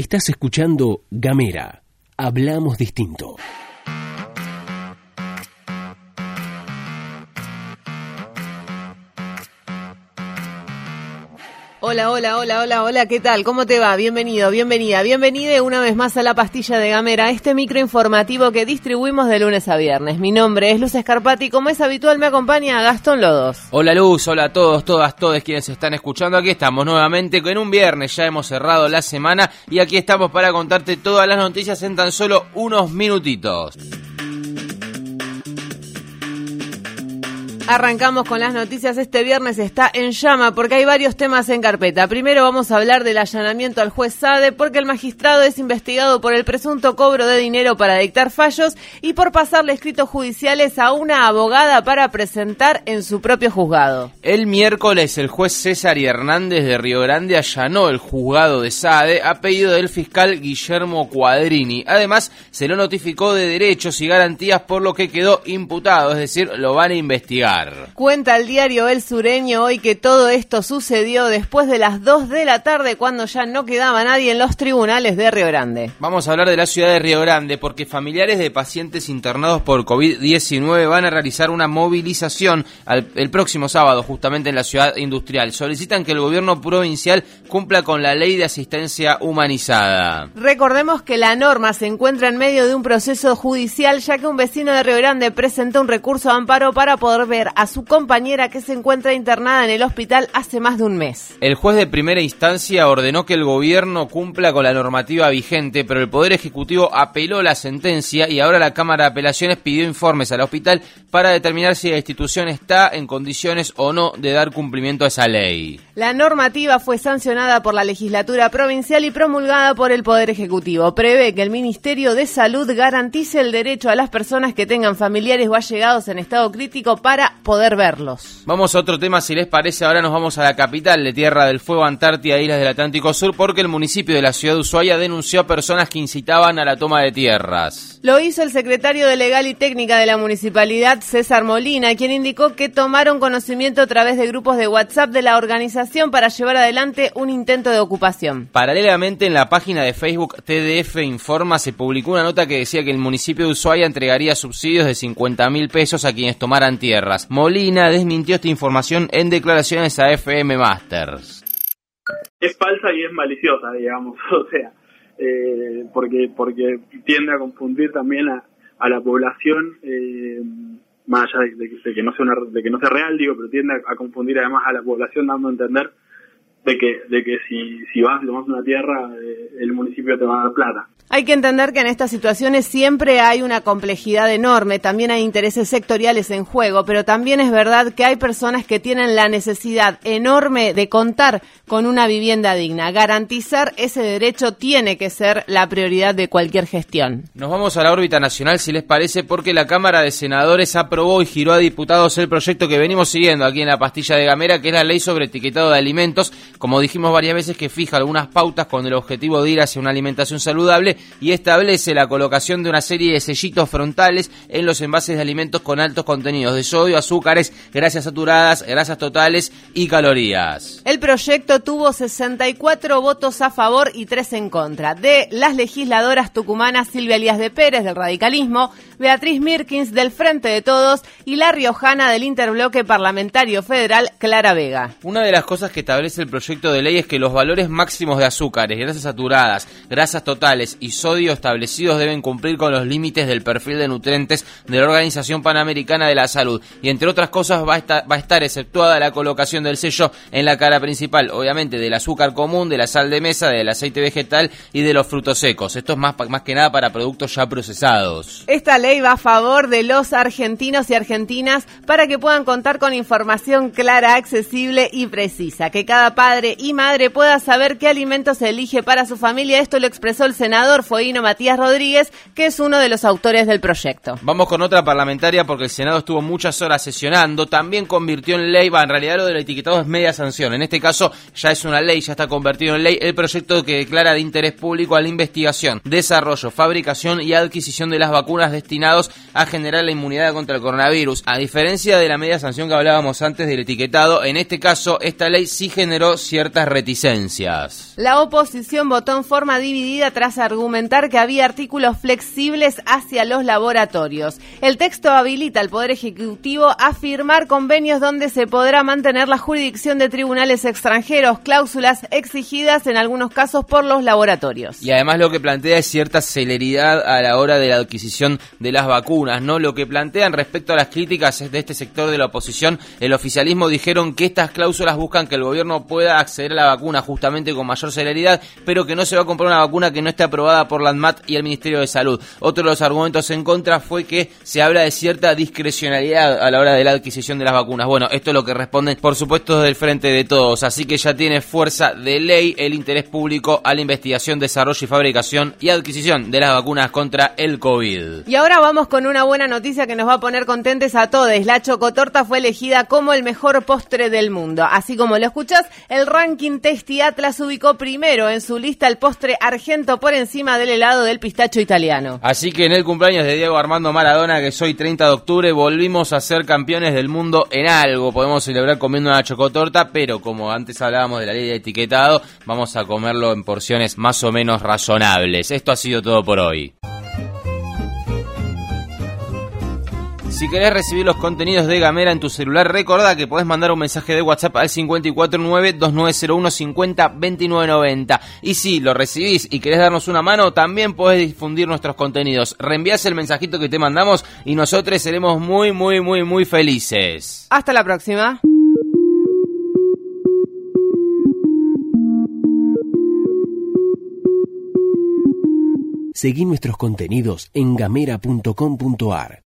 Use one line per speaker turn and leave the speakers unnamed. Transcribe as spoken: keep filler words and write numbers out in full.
Estás escuchando Gamera. Hablamos distinto.
Hola, hola, hola, hola, hola, ¿qué tal? ¿Cómo te va? Bienvenido, bienvenida, bienvenida una vez más a La Pastilla de Gamera, este microinformativo que distribuimos de lunes a viernes. Mi nombre es Luz Escarpati y como es habitual me acompaña Gastón Lodos.
Hola Luz, hola a todos, todas, todos quienes están escuchando. Aquí estamos nuevamente en un viernes, ya hemos cerrado la semana y aquí estamos para contarte todas las noticias en tan solo unos minutitos.
Arrancamos con las noticias. Este viernes está en llama porque hay varios temas en carpeta. Primero vamos a hablar del allanamiento al juez Sade porque el magistrado es investigado por el presunto cobro de dinero para dictar fallos y por pasarle escritos judiciales a una abogada para presentar en su propio juzgado.
El miércoles el juez César Hernández de Río Grande allanó el juzgado de Sade a pedido del fiscal Guillermo Cuadrini. Además se lo notificó de derechos y garantías por lo que quedó imputado, es decir, lo van a investigar.
Cuenta el diario El Sureño hoy que todo esto sucedió después de las dos de la tarde cuando ya no quedaba nadie en los tribunales de Río Grande.
Vamos a hablar de la ciudad de Río Grande porque familiares de pacientes internados por covid diecinueve van a realizar una movilización al, el próximo sábado justamente en la ciudad industrial. Solicitan que el gobierno provincial cumpla con la ley de asistencia humanizada.
Recordemos que la norma se encuentra en medio de un proceso judicial ya que un vecino de Río Grande presentó un recurso de amparo para poder ver a su compañera que se encuentra internada en el hospital hace más de un mes.
El juez de primera instancia ordenó que el gobierno cumpla con la normativa vigente, pero el Poder Ejecutivo apeló la sentencia y ahora la Cámara de Apelaciones pidió informes al hospital para determinar si la institución está en condiciones o no de dar cumplimiento a esa ley.
La normativa fue sancionada por la legislatura provincial y promulgada por el Poder Ejecutivo. Prevé que el Ministerio de Salud garantice el derecho a las personas que tengan familiares o allegados en estado crítico para poder verlos.
Vamos a otro tema, si les parece. Ahora nos vamos a la capital de Tierra del Fuego, Antártida e Islas del Atlántico Sur, porque el municipio de la ciudad de Ushuaia denunció a personas que incitaban a la toma de tierras.
Lo hizo el secretario de Legal y Técnica de la municipalidad, César Molina, quien indicó que tomaron conocimiento a través de grupos de WhatsApp de la organización para llevar adelante un intento de ocupación.
Paralelamente, en la página de Facebook T D F Informa se publicó una nota que decía que el municipio de Ushuaia entregaría subsidios de cincuenta mil pesos a quienes tomaran tierras. Molina desmintió esta información en declaraciones a F M Masters.
Es falsa y es maliciosa, digamos, o sea, eh, porque porque tiende a confundir también a, a la población, eh, más allá de, de, de que no sea una, de que no sea real, digo, pero tiende a, a confundir además a la población dando a entender de que de que si si vas y tomas una tierra, eh, el municipio te va a dar plata.
Hay que entender que en estas situaciones siempre hay una complejidad enorme, también hay intereses sectoriales en juego, pero también es verdad que hay personas que tienen la necesidad enorme de contar con una vivienda digna. Garantizar ese derecho tiene que ser la prioridad de cualquier gestión.
Nos vamos a la órbita nacional, si les parece, porque la Cámara de Senadores aprobó y giró a diputados el proyecto que venimos siguiendo aquí en la Pastilla de Gamera, que es la ley sobre etiquetado de alimentos, como dijimos varias veces, que fija algunas pautas con el objetivo de ir hacia una alimentación saludable y establece la colocación de una serie de sellitos frontales en los envases de alimentos con altos contenidos de sodio, azúcares, grasas saturadas, grasas totales y calorías.
El proyecto tuvo sesenta y cuatro votos a favor y tres en contra, de las legisladoras tucumanas Silvia Elías de Pérez, del radicalismo, Beatriz Mirkins, del Frente de Todos, y la riojana del Interbloque Parlamentario Federal, Clara Vega.
Una de las cosas que establece el proyecto de ley es que los valores máximos de azúcares, grasas saturadas, grasas totales y sodio establecidos deben cumplir con los límites del perfil de nutrientes de la Organización Panamericana de la Salud, y entre otras cosas va a estar, va a estar exceptuada la colocación del sello en la cara principal, obviamente del azúcar común, de la sal de mesa, del aceite vegetal y de los frutos secos. Esto es más, más que nada para productos ya procesados.
Esta ley va a favor de los argentinos y argentinas para que puedan contar con información clara, accesible y precisa, que cada padre y madre pueda saber qué alimentos se elige para su familia. Esto lo expresó el senador Fueguino Matías Rodríguez, que es uno de los autores del proyecto.
Vamos con otra parlamentaria porque el Senado estuvo muchas horas sesionando, también convirtió en ley, va, en realidad lo del etiquetado es media sanción, en este caso ya es una ley, ya está convertido en ley, el proyecto que declara de interés público a la investigación, desarrollo, fabricación y adquisición de las vacunas destinadas destinados a generar la inmunidad contra el coronavirus. A diferencia de la media sanción que hablábamos antes del etiquetado, en este caso esta ley sí generó ciertas reticencias.
La oposición votó en forma dividida tras argumentar que había artículos flexibles hacia los laboratorios. El texto habilita al Poder Ejecutivo a firmar convenios donde se podrá mantener la jurisdicción de tribunales extranjeros, cláusulas exigidas en algunos casos por los laboratorios.
Y además lo que plantea es cierta celeridad a la hora de la adquisición de las vacunas, ¿no? Lo que plantean respecto a las críticas de este sector de la oposición, el oficialismo dijeron que estas cláusulas buscan que el gobierno pueda acceder a la vacuna justamente con mayor celeridad, pero que no se va a comprar una vacuna que no esté aprobada por la ANMAT y el Ministerio de Salud. Otro de los argumentos en contra fue que se habla de cierta discrecionalidad a la hora de la adquisición de las vacunas. Bueno, esto es lo que responden, por supuesto, desde el Frente de Todos, así que ya tiene fuerza de ley el interés público a la investigación, desarrollo y fabricación y adquisición de las vacunas contra el COVID.
Y ahora vamos con una buena noticia que nos va a poner contentes a todos. La chocotorta fue elegida como el mejor postre del mundo. Así como lo escuchás, el ranking Tasty Atlas ubicó primero en su lista el postre argento por encima del helado del pistacho italiano.
Así que en el cumpleaños de Diego Armando Maradona, que soy treinta de octubre, volvimos a ser campeones del mundo en algo. Podemos celebrar comiendo una chocotorta, pero como antes hablábamos de la ley de etiquetado, vamos a comerlo en porciones más o menos razonables. Esto ha sido todo por hoy. Si querés recibir los contenidos de Gamera en tu celular, recordá que podés mandar un mensaje de WhatsApp al cinco cuatro nueve, dos nueve cero uno, cinco cero, dos nueve nueve cero. Y si lo recibís y querés darnos una mano, también podés difundir nuestros contenidos. Reenviás el mensajito que te mandamos y nosotros seremos muy, muy, muy, muy felices.
Hasta la próxima.
Seguí nuestros contenidos en gamera punto com punto ar.